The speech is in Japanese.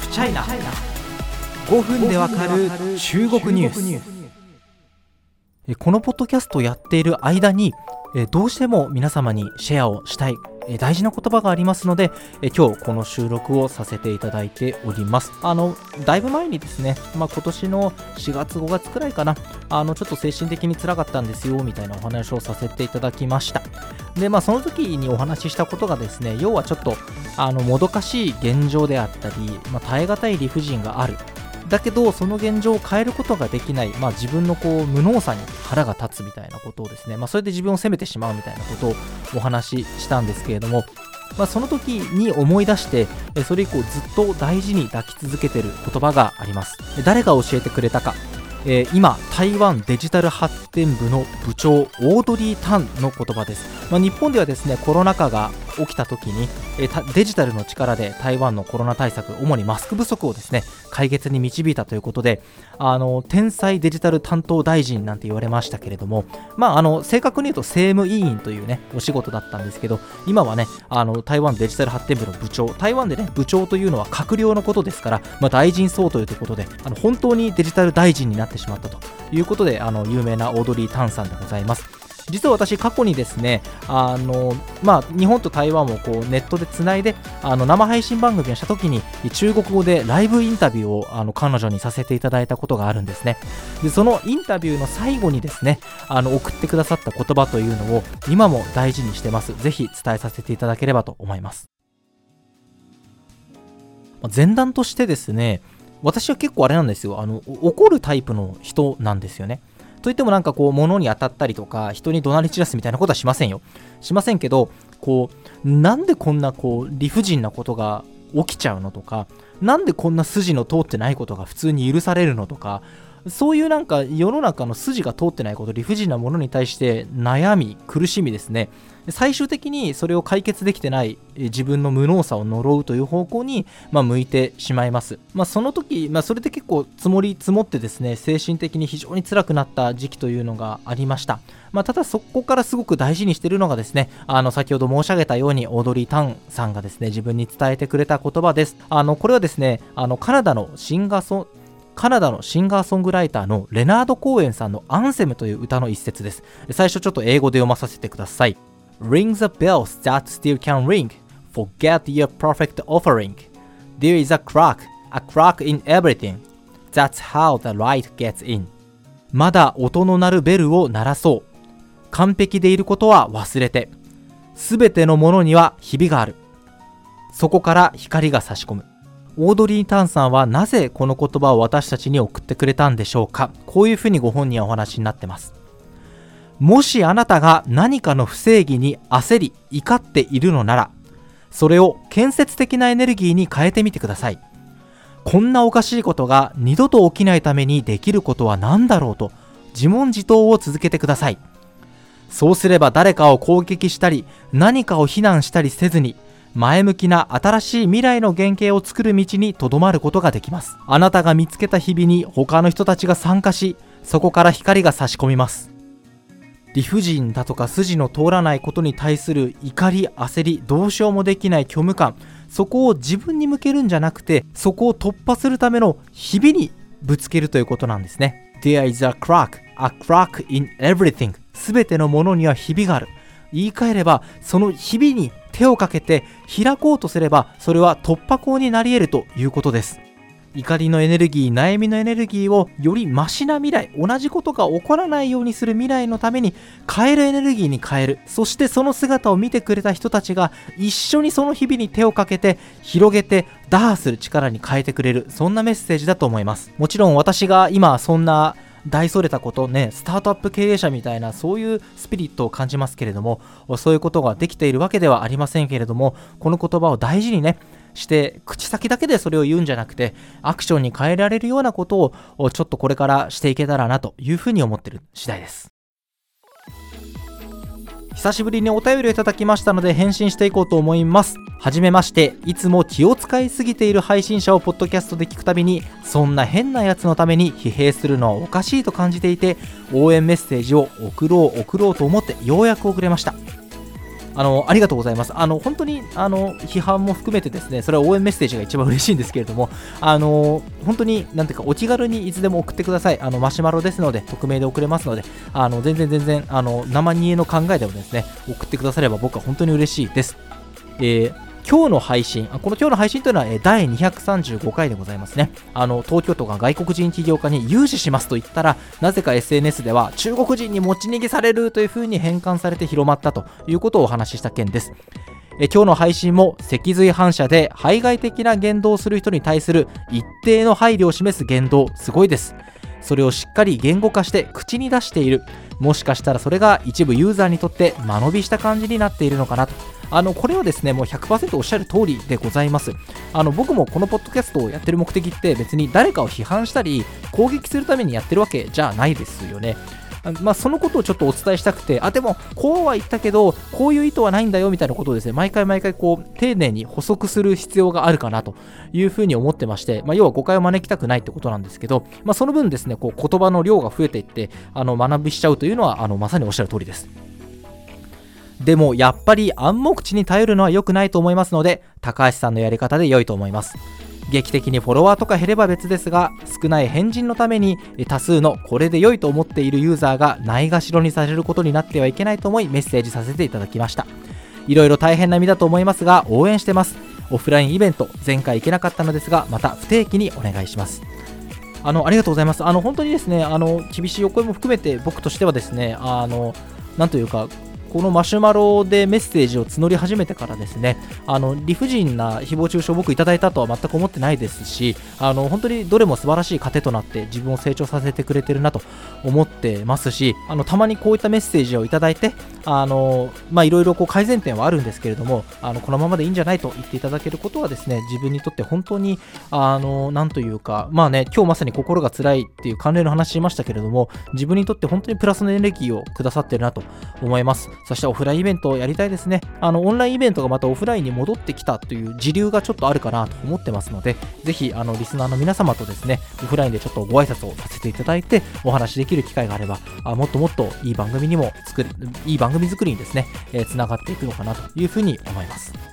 フチャイナ5分でわかる中国ニュース。このポッドキャストをやっている間にどうしても皆様にシェアをしたい大事な言葉がありますので今日この収録をさせていただいております。だいぶ前にですね、今年の4月5月くらいかな、ちょっと精神的に辛かったんですよみたいなお話をさせていただきました。でその時にお話ししたことがですね、要はちょっともどかしい現状であったり、耐え難い理不尽がある、だけどその現状を変えることができない、自分の無能さに腹が立つみたいなことをですね、それで自分を責めてしまうみたいなことをお話ししたんですけれども、その時に思い出してそれ以降ずっと大事に抱き続けている言葉があります。誰が教えてくれたか、今台湾デジタル発展部の部長オードリー・タンの言葉です。日本ではですね、コロナ禍が起きた時にデジタルの力で台湾のコロナ対策、主にマスク不足をですね解決に導いたということで、天才デジタル担当大臣なんて言われましたけれども、正確に言うと政務委員というねお仕事だったんですけど、今はね台湾デジタル発展部の部長、台湾でね部長というのは閣僚のことですから、大臣相当ということで本当にデジタル大臣になってしまったということで有名なオードリー・タンさんでございます。実は私過去にですね日本と台湾をネットでつないで生配信番組をした時に中国語でライブインタビューを彼女にさせていただいたことがあるんですね。でそのインタビューの最後にですね送ってくださった言葉というのを今も大事にしてます。ぜひ伝えさせていただければと思います。前段としてですね、私は結構あれなんですよ、怒るタイプの人なんですよね。といっても物に当たったりとか人に怒鳴り散らすみたいなことはしませんよ。しませんけど、なんでこんな理不尽なことが起きちゃうのとか、なんでこんな筋の通ってないことが普通に許されるのとか、そういう世の中の筋が通ってないこと、理不尽なものに対して悩み苦しみですね、最終的にそれを解決できてない自分の無能さを呪うという方向に向いてしまいます。その時、それで結構積もり積もってですね、精神的に非常に辛くなった時期というのがありました。ただそこからすごく大事にしているのがですね、先ほど申し上げたようにオードリー・タンさんがですね自分に伝えてくれた言葉です。これはですねカナダのシンガーソングライターのレナード・コーエンさんのアンセムという歌の一節です。最初ちょっと英語で読まさせてください。Ring the bells that still can ring. Forget your perfect offering. There is a crack in everything. That's how the light gets in. まだ音の鳴るベルを鳴らそう。完璧でいることは忘れて。すべてのものにはひびがある。そこから光が差し込む。オードリー・タンさんはなぜこの言葉を私たちに送ってくれたんでしょうか。こういうふうにご本人はお話になってます。もしあなたが何かの不正義に焦り怒っているのなら、それを建設的なエネルギーに変えてみてください。こんなおかしいことが二度と起きないためにできることは何だろうと自問自答を続けてください。そうすれば誰かを攻撃したり何かを非難したりせずに、前向きな新しい未来の原型を作る道にとどまることができます。あなたが見つけた日々に他の人たちが参加し、そこから光が差し込みます。理不尽だとか筋の通らないことに対する怒り、焦り、どうしようもできない虚無感、そこを自分に向けるんじゃなくて、そこを突破するためのひびにぶつけるということなんですね。There is a crack in everything. すべてのものにはひびがある。言い換えれば、そのひびに手をかけて開こうとすれば、それは突破口になり得るということです。怒りのエネルギー、悩みのエネルギーをよりマシな未来、同じことが起こらないようにする未来のために変えるエネルギーに変える。そしてその姿を見てくれた人たちが一緒にその日々に手をかけて広げて打破する力に変えてくれる、そんなメッセージだと思います。もちろん私が今そんな大それたことね、スタートアップ経営者みたいなそういうスピリットを感じますけれども、そういうことができているわけではありませんけれども、この言葉を大事にねして口先だけでそれを言うんじゃなくてアクションに変えられるようなことをちょっとこれからしていけたらなというふうに思っている次第です。久しぶりにお便りをいただきましたので返信していこうと思います。はじめまして。いつも気を使いすぎている配信者をポッドキャストで聞くたびに、そんな変なやつのために疲弊するのはおかしいと感じていて、応援メッセージを送ろうと思ってようやく送れました。 ありがとうございます。本当に、批判も含めてですね、それは応援メッセージが一番嬉しいんですけれども、本当に、なんていうか、お気軽にいつでも送ってください。マシュマロですので、匿名で送れますので、全然、生煮えの考えでもですね、送ってくだされば僕は本当に嬉しいです。今日の配信、この今日の配信というのは、第235回でございますね。東京都が外国人起業家に融資しますと言ったら、なぜか SNS では中国人に持ち逃げされるという風に変換されて広まったということをお話しした件です。今日の配信も脊髄反射で排外的な言動をする人に対する一定の配慮を示す言動、すごいです。それをしっかり言語化して口に出している。もしかしたらそれが一部ユーザーにとって間延びした感じになっているのかなと。これはですね、もう 100% おっしゃる通りでございます。僕もこのポッドキャストをやってる目的って別に誰かを批判したり攻撃するためにやってるわけじゃないですよね。そのことをちょっとお伝えしたくて、でもこうは言ったけどこういう意図はないんだよみたいなことをですね、毎回こう丁寧に補足する必要があるかなというふうに思ってまして、要は誤解を招きたくないってことなんですけど、その分ですね、こう言葉の量が増えていって学びしちゃうというのはまさにおっしゃる通りです。でもやっぱり暗黙知に頼るのは良くないと思いますので、高橋さんのやり方で良いと思います。劇的にフォロワーとか減れば別ですが、少ない変人のために多数のこれで良いと思っているユーザーがないがしろにされることになってはいけないと思いメッセージさせていただきました。いろいろ大変な身だと思いますが応援してます。オフラインイベント前回行けなかったのですがまた不定期にお願いします。ありがとうございます。本当にですね、厳しいお声も含めて僕としてはですね、なんというかこのマシュマロでメッセージを募り始めてからですね、理不尽な誹謗中傷を僕いただいたとは全く思ってないですし、本当にどれも素晴らしい糧となって自分を成長させてくれてるなと思ってますし、たまにこういったメッセージをいただいて、いろいろこう改善点はあるんですけれども、このままでいいんじゃないと言っていただけることはですね、自分にとって本当になんというか、今日まさに心が辛いっていう関連の話しましたけれども、自分にとって本当にプラスのエネルギーをくださってるなと思います。そしてオフラインイベントをやりたいですね。オンラインイベントがまたオフラインに戻ってきたという時流がちょっとあるかなと思ってますので、ぜひリスナーの皆様とですね、オフラインでちょっとご挨拶をさせていただいてお話しできる機会があれば、もっともっといい番組作りにですね、つながっていくのかなというふうに思います。